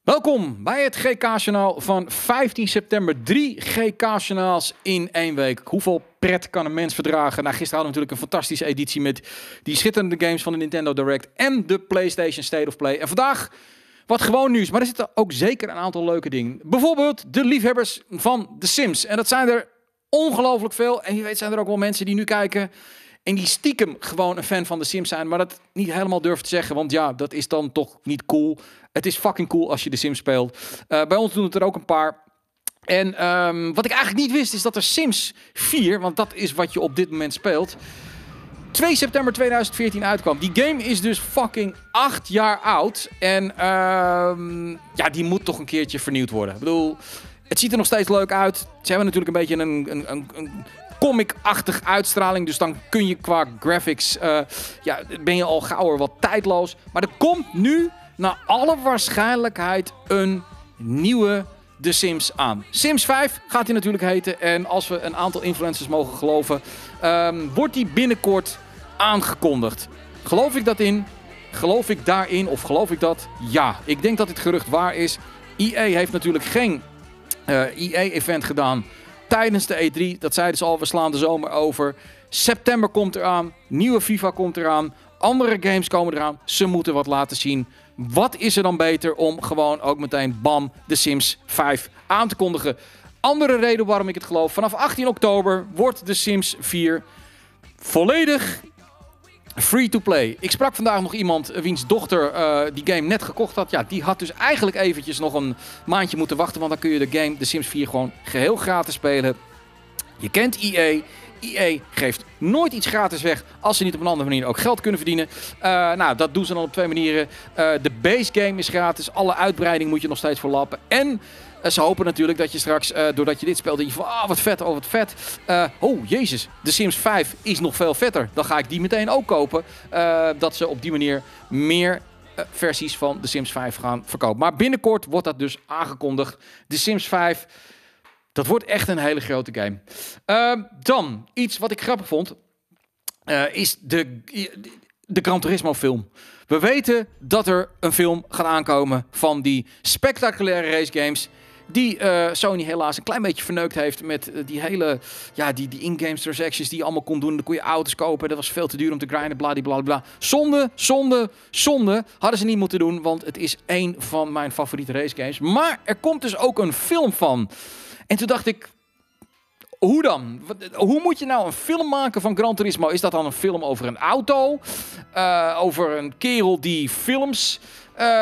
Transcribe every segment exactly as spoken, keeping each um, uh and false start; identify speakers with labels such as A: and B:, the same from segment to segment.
A: Welkom bij het G K-journaal van vijftien september. Drie G K-journaals in één week. Hoeveel pret kan een mens verdragen? Nou, gisteren hadden we natuurlijk een fantastische editie met die schitterende games van de Nintendo Direct en de PlayStation State of Play. En vandaag wat gewoon nieuws, maar er zitten ook zeker een aantal leuke dingen. Bijvoorbeeld de liefhebbers van The Sims. En dat zijn er ongelooflijk veel. En wie weet zijn er ook wel mensen die nu kijken en die stiekem gewoon een fan van The Sims zijn, maar dat niet helemaal durven te zeggen, want ja, dat is dan toch niet cool. Het is fucking cool als je The Sims speelt. Uh, bij ons doen het er ook een paar. En um, wat ik eigenlijk niet wist, is dat er Sims vier, want dat is wat je op dit moment speelt, twee september tweeduizend veertien uitkwam. Die game is dus fucking acht jaar oud. En um, ja, die moet toch een keertje vernieuwd worden. Ik bedoel, het ziet er nog steeds leuk uit. Ze hebben natuurlijk een beetje een, een, een, een comic-achtig uitstraling. Dus dan kun je qua graphics, uh, ja, ben je al gauwer wat tijdloos. Maar er komt nu naar alle waarschijnlijkheid een nieuwe The Sims aan. Sims vijf gaat hij natuurlijk heten. En als we een aantal influencers mogen geloven, um, wordt die binnenkort aangekondigd. Geloof ik dat in? Geloof ik daarin? Of geloof ik dat? Ja, ik denk dat dit gerucht waar is. E A heeft natuurlijk geen uh, E A-event gedaan tijdens de E drie. Dat zeiden ze al, we slaan de zomer over. September komt eraan. Nieuwe FIFA komt eraan. Andere games komen eraan. Ze moeten wat laten zien. Wat is er dan beter om gewoon ook meteen bam The Sims vijf aan te kondigen? Andere reden waarom ik het geloof. Vanaf achttien oktober wordt The Sims vier volledig free-to-play. Ik sprak vandaag nog iemand wiens dochter uh, die game net gekocht had. Ja, die had dus eigenlijk eventjes nog een maandje moeten wachten. Want dan kun je de game The Sims vier gewoon geheel gratis spelen. Je kent E A. E A geeft nooit iets gratis weg als ze niet op een andere manier ook geld kunnen verdienen. Uh, nou, dat doen ze dan op twee manieren. Uh, de base game is gratis. Alle uitbreiding moet je nog steeds verlappen. En uh, ze hopen natuurlijk dat je straks, uh, doordat je dit speelt, denk je van, ah, oh, wat vet, oh, wat vet. Uh, oh, jezus, de Sims vijf is nog veel vetter. Dan ga ik die meteen ook kopen. Uh, dat ze op die manier meer uh, versies van de Sims vijf gaan verkopen. Maar binnenkort wordt dat dus aangekondigd. De Sims vijf... Dat wordt echt een hele grote game. Uh, dan, iets wat ik grappig vond, uh, is de, de Gran Turismo film. We weten dat er een film gaat aankomen van die spectaculaire race games die uh, Sony helaas een klein beetje verneukt heeft met uh, die hele, ja, die, die in-game transactions die je allemaal kon doen. Dan kon je auto's kopen, dat was veel te duur om te grinden, bladibladibla. Zonde, zonde, zonde. Hadden ze niet moeten doen, want het is één van mijn favoriete race games. Maar er komt dus ook een film van. En toen dacht ik, hoe dan? Hoe moet je nou een film maken van Gran Turismo? Is dat dan een film over een auto? Uh, over een kerel die films, uh, uh,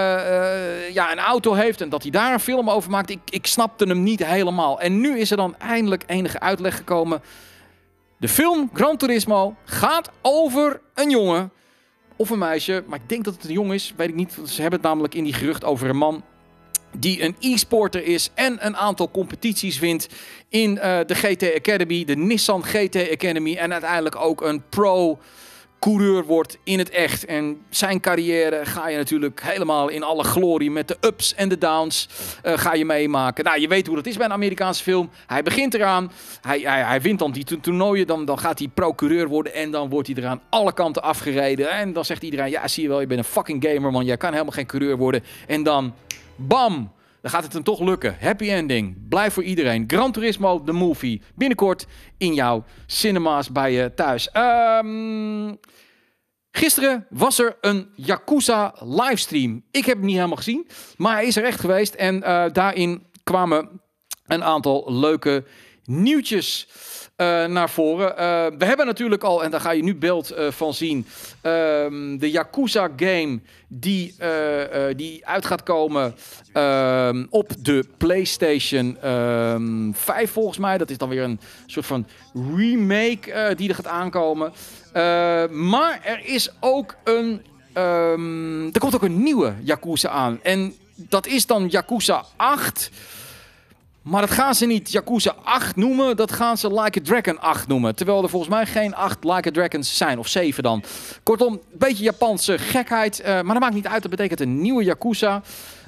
A: uh, ja, een auto heeft en dat hij daar een film over maakt? Ik, ik snapte hem niet helemaal. En nu is er dan eindelijk enige uitleg gekomen. De film Gran Turismo gaat over een jongen of een meisje. Maar ik denk dat het een jongen is, weet ik niet. Ze hebben het namelijk in die gerucht over een man die een e-sporter is en een aantal competities wint in uh, de G T Academy, de Nissan G T Academy, en uiteindelijk ook een pro-coureur wordt in het echt. En zijn carrière ga je natuurlijk helemaal in alle glorie met de ups en de downs uh, ga je meemaken. Nou, je weet hoe dat is bij een Amerikaanse film. Hij begint eraan, hij, hij, hij wint dan die to toernooien, dan, dan gaat hij pro-coureur worden en dan wordt hij er aan alle kanten afgereden. En dan zegt iedereen, ja, zie je wel, je bent een fucking gamer, man, jij kan helemaal geen coureur worden. En dan bam! Dan gaat het hem toch lukken. Happy ending. Blijf voor iedereen. Gran Turismo, the movie. Binnenkort in jouw cinema's bij je thuis. Um, gisteren was er een Yakuza livestream. Ik heb hem niet helemaal gezien, maar hij is er echt geweest. En uh, daarin kwamen een aantal leuke nieuwtjes Uh, naar voren. Uh, we hebben natuurlijk al, en daar ga je nu beeld uh, van zien, uh, de Yakuza game die, uh, uh, die uit gaat komen uh, op de PlayStation uh, vijf volgens mij. Dat is dan weer een soort van remake uh, die er gaat aankomen. Uh, maar er is ook een, um, er komt ook een nieuwe Yakuza aan. En dat is dan Yakuza acht. Maar dat gaan ze niet Yakuza acht noemen, dat gaan ze Like a Dragon acht noemen. Terwijl er volgens mij geen acht Like a Dragons zijn, of zeven dan. Kortom, een beetje Japanse gekheid, uh, maar dat maakt niet uit, dat betekent een nieuwe Yakuza.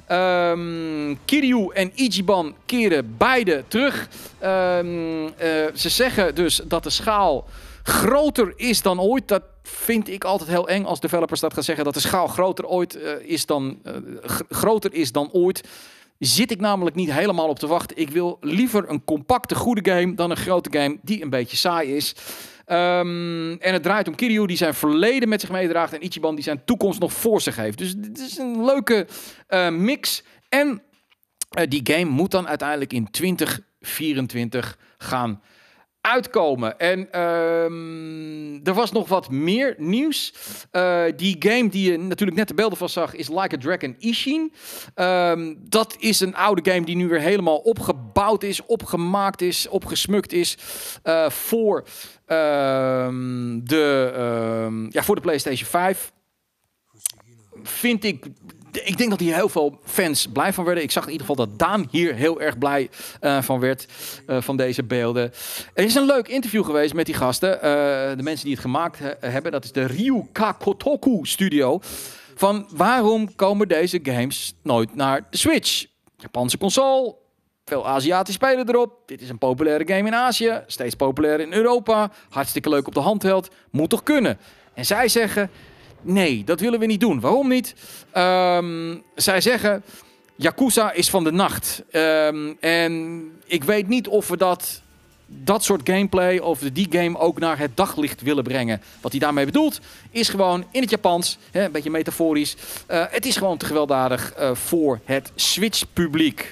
A: Um, Kiryu en Ichiban keren beide terug. Um, uh, ze zeggen dus dat de schaal groter is dan ooit. Dat vind ik altijd heel eng als developers dat gaan zeggen dat de schaal groter, ooit, uh, is, dan, uh, g- groter is dan ooit. Zit ik namelijk niet helemaal op te wachten. Ik wil liever een compacte, goede game dan een grote game die een beetje saai is. Um, en het draait om Kiryu die zijn verleden met zich meedraagt en Ichiban die zijn toekomst nog voor zich heeft. Dus dit is een leuke uh, mix. En uh, die game moet dan uiteindelijk in twintig vierentwintig gaan uitkomen. En um, er was nog wat meer nieuws. Uh, die game die je natuurlijk net de beelden van zag is Like a Dragon Ishin. Um, dat is een oude game die nu weer helemaal opgebouwd is, opgemaakt is, opgesmukt is uh, voor, um, de, um, ja, voor de PlayStation vijf. Vind ik... Ik denk dat hier heel veel fans blij van werden. Ik zag in ieder geval dat Daan hier heel erg blij uh, van werd, uh, van deze beelden. Er is een leuk interview geweest met die gasten. Uh, de mensen die het gemaakt he- hebben, dat is de Ryuka Kotoku Studio. Van waarom komen deze games nooit naar de Switch? Japanse console, veel Aziatische spelen erop. Dit is een populaire game in Azië, steeds populair in Europa. Hartstikke leuk op de handheld, moet toch kunnen? En zij zeggen... Nee, dat willen we niet doen. Waarom niet? Um, zij zeggen, Yakuza is van de nacht. Um, en ik weet niet of we dat, dat soort gameplay, of we die game ook naar het daglicht willen brengen. Wat hij daarmee bedoelt, is gewoon in het Japans, hè, een beetje metaforisch. Uh, het is gewoon te gewelddadig uh, voor het Switch-publiek.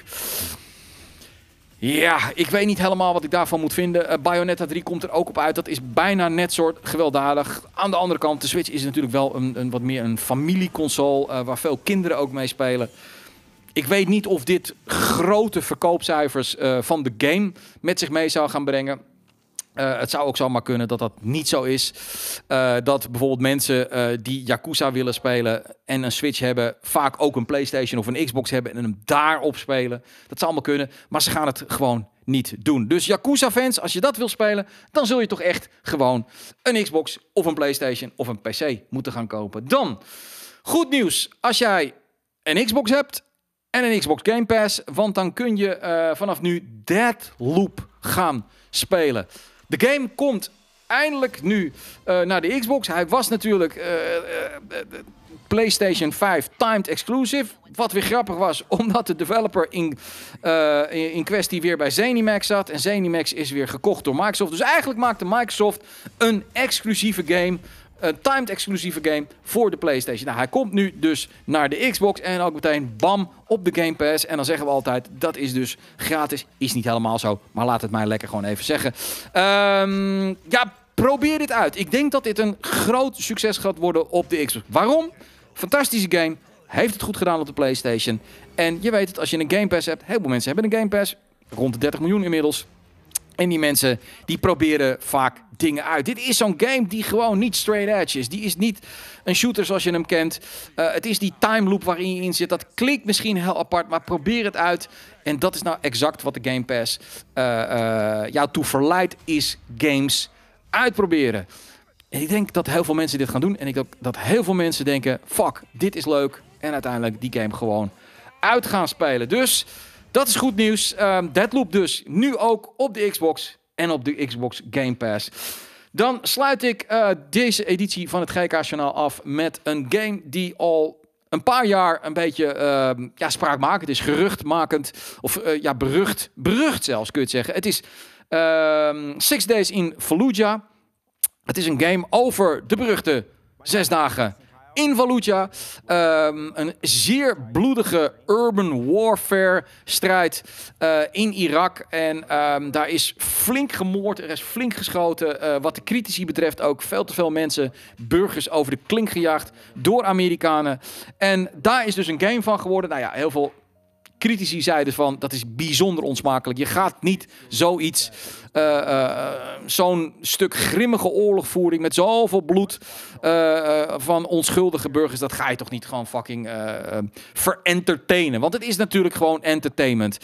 A: Ja, ik weet niet helemaal wat ik daarvan moet vinden. Uh, Bayonetta drie komt er ook op uit. Dat is bijna net soort gewelddadig. Aan de andere kant, de Switch is natuurlijk wel een, een wat meer een familieconsole. Uh, waar veel kinderen ook mee spelen. Ik weet niet of dit grote verkoopcijfers uh, van de game met zich mee zou gaan brengen. Uh, het zou ook zomaar kunnen dat dat niet zo is. Uh, dat bijvoorbeeld mensen uh, die Yakuza willen spelen en een Switch hebben, vaak ook een PlayStation of een Xbox hebben en hem daarop spelen. Dat zou allemaal kunnen, maar ze gaan het gewoon niet doen. Dus Yakuza-fans, als je dat wil spelen, dan zul je toch echt gewoon een Xbox of een PlayStation of een P C moeten gaan kopen. Dan, goed nieuws, als jij een Xbox hebt en een Xbox Game Pass, want dan kun je uh, vanaf nu Deathloop gaan spelen. De game komt eindelijk nu uh, naar de Xbox. Hij was natuurlijk uh, uh, uh, PlayStation vijf timed exclusive. Wat weer grappig was, omdat de developer in, uh, in, in kwestie weer bij ZeniMax zat. En ZeniMax is weer gekocht door Microsoft. Dus eigenlijk maakte Microsoft een exclusieve game, een timed exclusieve game voor de PlayStation. Nou, hij komt nu dus naar de Xbox en ook meteen bam op de Game Pass. En dan zeggen we altijd, dat is dus gratis. Is niet helemaal zo, maar laat het mij lekker gewoon even zeggen. Um, ja, probeer dit uit. Ik denk dat dit een groot succes gaat worden op de Xbox. Waarom? Fantastische game. Heeft het goed gedaan op de PlayStation. En je weet het, als je een Game Pass hebt, heel veel mensen hebben een Game Pass. Rond de dertig miljoen inmiddels. En die mensen, die proberen vaak dingen uit. Dit is zo'n game die gewoon niet straight edge is. Die is niet een shooter zoals je hem kent. Uh, het is die time loop waarin je in zit. Dat klinkt misschien heel apart, maar probeer het uit. En dat is nou exact wat de Game Pass uh, uh, jou toe verleidt, is games uitproberen. En ik denk dat heel veel mensen dit gaan doen. En ik denk dat heel veel mensen denken, fuck, dit is leuk. En uiteindelijk die game gewoon uit gaan spelen. Dus dat is goed nieuws. Um, Deathloop dus nu ook op de Xbox en op de Xbox Game Pass. Dan sluit ik uh, deze editie van het G K-journaal af met een game die al een paar jaar een beetje uh, ja, spraakmakend is, geruchtmakend. Of uh, ja, berucht, berucht zelfs kun je het zeggen. Het is uh, Six Days in Fallujah. Het is een game over de beruchte zes dagen in Fallujah. Um, een zeer bloedige urban warfare strijd uh, in Irak. En um, daar is flink gemoord, er is flink geschoten. Uh, wat de critici betreft ook veel te veel mensen, burgers over de klink gejaagd door Amerikanen. En daar is dus een game van geworden. Nou ja, heel veel critici zeiden van, dat is bijzonder onsmakelijk. Je gaat niet zoiets, uh, uh, zo'n stuk grimmige oorlogvoering met zoveel bloed uh, uh, van onschuldige burgers, dat ga je toch niet gewoon fucking uh, uh, verentertainen. Want het is natuurlijk gewoon entertainment.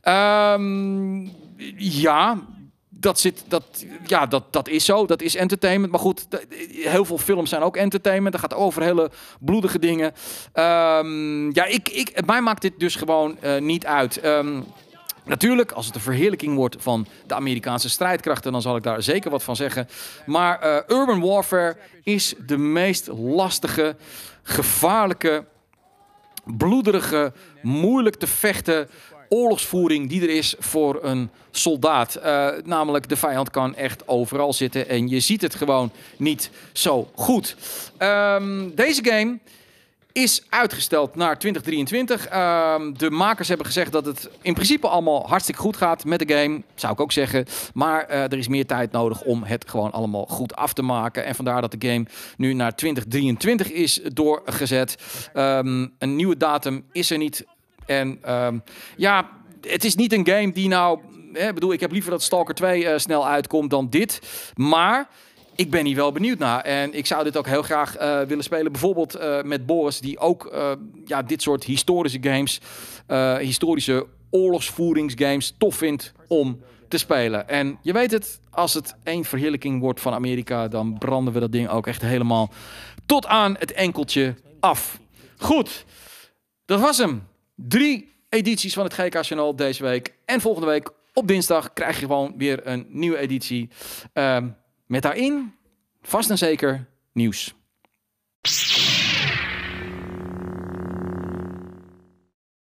A: Um, ja... Dat, zit, dat, ja, dat, dat is zo. Dat is entertainment. Maar goed, heel veel films zijn ook entertainment. Dat gaat over hele bloedige dingen. Um, ja, ik, ik, mij maakt dit dus gewoon uh, niet uit. Um, Natuurlijk, als het een verheerlijking wordt van de Amerikaanse strijdkrachten, dan zal ik daar zeker wat van zeggen. Maar uh, Urban Warfare is de meest lastige, gevaarlijke, bloederige, moeilijk te vechten oorlogsvoering die er is voor een soldaat. Uh, namelijk, de vijand kan echt overal zitten en je ziet het gewoon niet zo goed. Um, deze game is uitgesteld naar twintig drieëntwintig. Uh, de makers hebben gezegd dat het in principe allemaal hartstikke goed gaat met de game. Zou ik ook zeggen. Maar uh, er is meer tijd nodig om het gewoon allemaal goed af te maken. En vandaar dat de game nu naar twintig drieëntwintig is doorgezet. Um, een nieuwe datum is er niet. En um, ja, het is niet een game die nou... Ik bedoel, ik heb liever dat Stalker twee uh, snel uitkomt dan dit. Maar... ik ben hier wel benieuwd naar. En ik zou dit ook heel graag uh, willen spelen. Bijvoorbeeld uh, met Boris, die ook uh, ja, dit soort historische games, uh, historische oorlogsvoeringsgames tof vindt om te spelen. En je weet het, als het één verheerlijking wordt van Amerika, dan branden we dat ding ook echt helemaal tot aan het enkeltje af. Goed, dat was hem. Drie edities van het G K-journaal deze week. En volgende week op dinsdag krijg je gewoon weer een nieuwe editie. Um, Met daarin vast en zeker nieuws.